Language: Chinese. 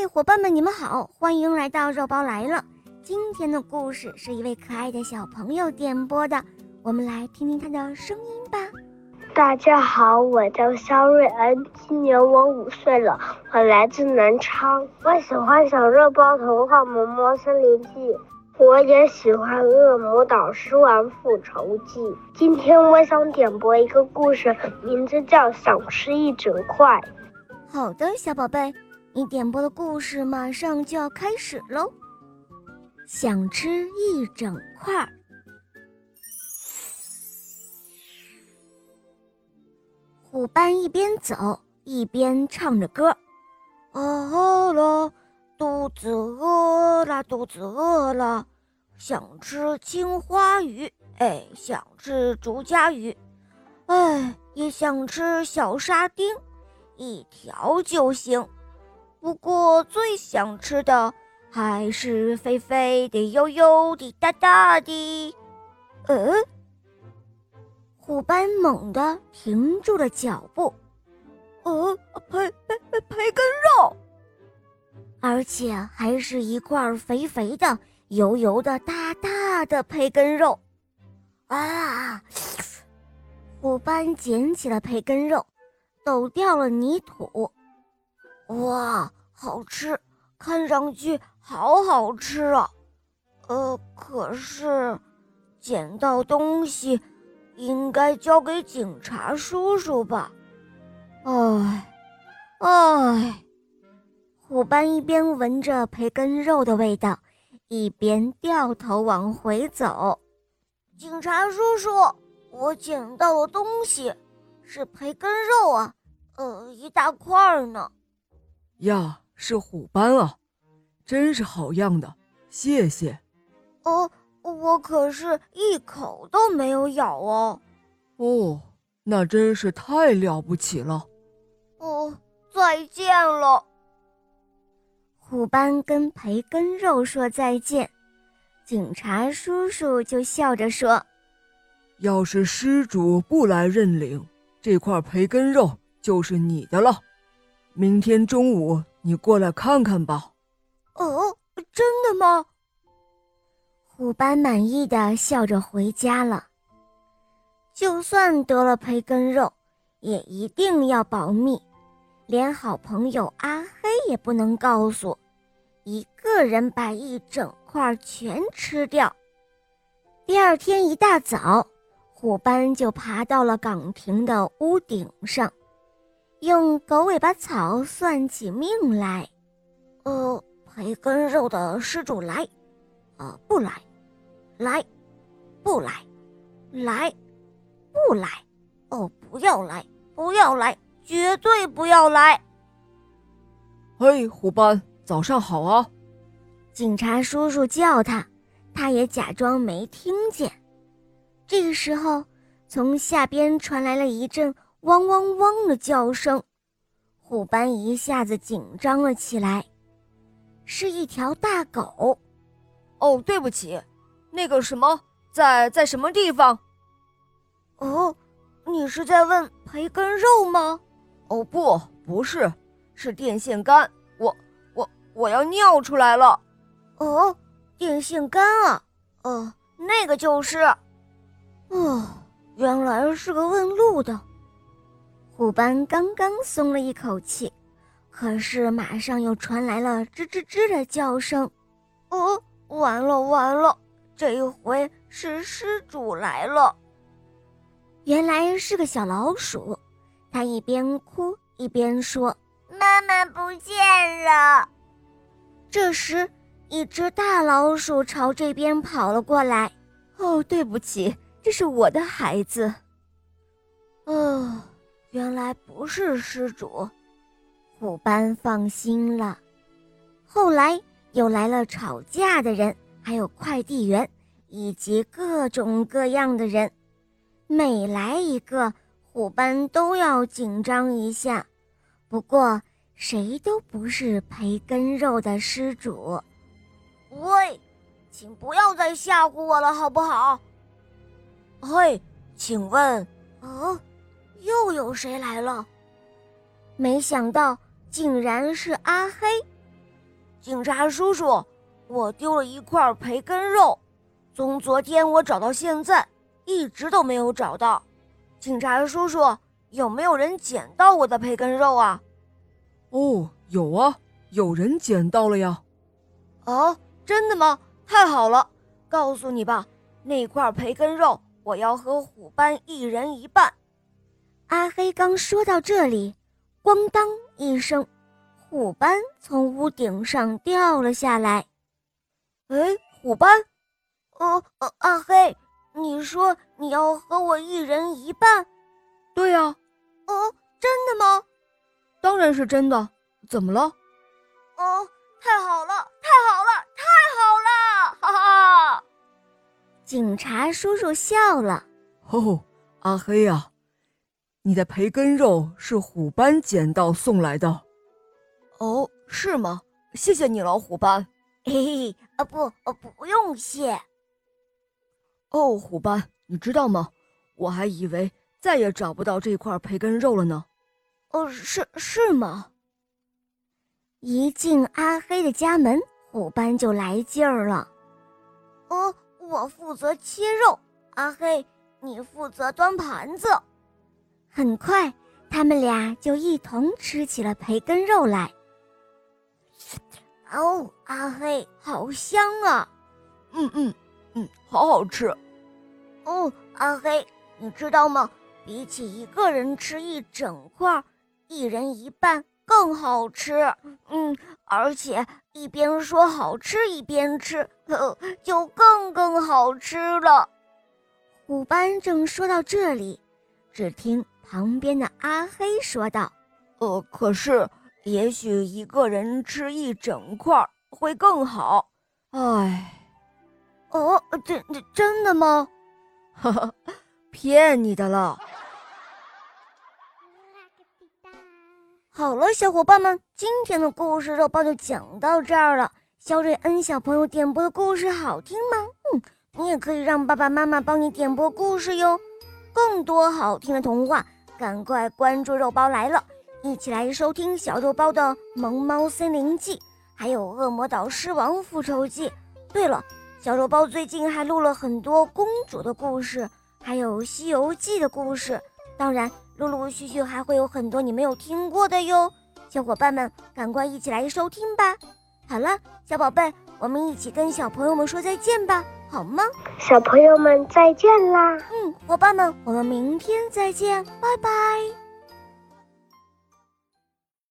伙伴们，你们好，欢迎来到肉包来了。今天的故事是一位可爱的小朋友点播的，我们来听听他的声音吧。 大家好，我叫肖瑞恩，今年我5岁了，我来自南昌。我喜欢小肉包童话《萌猫森林记》，我也喜欢《恶魔岛狮王复仇记》。今天我想点播一个故事，名字叫《想吃一整块》。 好的，小宝贝，你点播的故事马上就要开始喽。想吃一整块。虎斑一边走一边唱着歌，饿了，肚子饿了，肚子饿了，想吃青花鱼，想吃竹荚鱼，也想吃小沙丁，一条就行。不过最想吃的还是肥肥的、悠悠的、大大的。虎斑猛地停住了脚步。培根肉，而且还是一块肥肥的、油油的、大大的培根肉。啊！虎斑捡起了培根肉，抖掉了泥土。哇，好吃，看上去好好吃啊！可是捡到东西应该交给警察叔叔吧？虎斑一边闻着培根肉的味道，一边掉头往回走。警察叔叔，我捡到了东西，是培根肉啊，一大块呢。 呀，是虎斑啊，真是好样的，谢谢。 我可是一口都没有咬哦。 那真是太了不起了。 再见了。虎斑跟培根肉说再见，警察叔叔就笑着说： 要是失主不来认领，这块培根肉就是你的了。明天中午你过来看看吧。 真的吗？虎斑满意的笑着回家了。就算得了培根肉，也一定要保密，连好朋友阿黑也不能告诉，一个人把一整块全吃掉。第二天一大早，虎斑就爬到了岗亭的屋顶上，用狗尾巴草算起命来。培根肉的失主来，不来，来，不来，来，不来，不要来，不要来，绝对不要来。 嘿，虎斑，早上好啊。 警察叔叔叫他，他也假装没听见。这个时候，从下边传来了一阵汪汪汪的叫声，虎斑一下子紧张了起来。是一条大狗。 对不起，那个什么，在什么地方？ 你是在问培根肉吗？ 不是，是电线杆，我要尿出来了。 电线杆啊，那个就是。原来是个问路的。虎斑刚刚松了一口气，可是马上又传来了吱吱吱的叫声。完了，这一回是失主来了。原来是个小老鼠，它一边哭一边说：妈妈不见了。这时一只大老鼠朝这边跑了过来。对不起，这是我的孩子。原来不是失主。虎斑放心了。后来又来了吵架的人，还有快递员，以及各种各样的人。每来一个，虎斑都要紧张一下。不过谁都不是培根肉的失主。喂，请不要再吓唬我了好不好？请问，又有谁来了？没想到竟然是阿黑。 警察叔叔，我丢了一块培根肉，从昨天我找到现在，一直都没有找到。警察叔叔，有没有人捡到我的培根肉啊？ 哦，有啊，有人捡到了呀。 哦，真的吗？太好了！告诉你吧，那块培根肉我要和虎斑一人一半。阿黑刚说到这里，咣当一声，虎斑从屋顶上掉了下来。哎，虎斑，阿黑，你说你要和我一人一半？ 对呀。 真的吗？ 当然是真的，怎么了？ 太好了，太好了，太好了！哈哈！警察叔叔笑了。 哦，阿黑啊，你的培根肉是虎斑捡到送来的。 哦，是吗？谢谢你了，虎斑。嘿嘿，不用谢。 哦，虎斑，你知道吗？我还以为再也找不到这块培根肉了呢。 是吗？一进阿黑的家门，虎斑就来劲儿了。我负责切肉，阿黑，你负责端盘子。很快，他们俩就一同吃起了培根肉来。哦，阿黑，好香啊！ 好好吃。 阿黑，你知道吗？比起一个人吃一整块，一人一半更好吃。而且一边说好吃一边吃，就更好吃了。虎斑正说到这里，只听旁边的阿黑说道：可是也许一个人吃一整块会更好。 唉。 真的吗？ 哈哈，骗你的了。 好了，小伙伴们，今天的故事肉包就讲到这儿了。肖瑞恩小朋友点播的故事好听吗？你也可以让爸爸妈妈帮你点播故事哟。更多好听的童话，赶快关注肉包来了，一起来收听小肉包的《萌猫森林记》，还有《恶魔岛狮王复仇记》。对了，小肉包最近还录了很多公主的故事，还有《西游记》的故事，当然陆陆续续还会有很多你没有听过的哟。小伙伴们赶快一起来收听吧。好了，小宝贝，我们一起跟小朋友们说再见吧，好吗？ 小朋友们再见啦！ 伙伴们，我们明天再见，拜拜。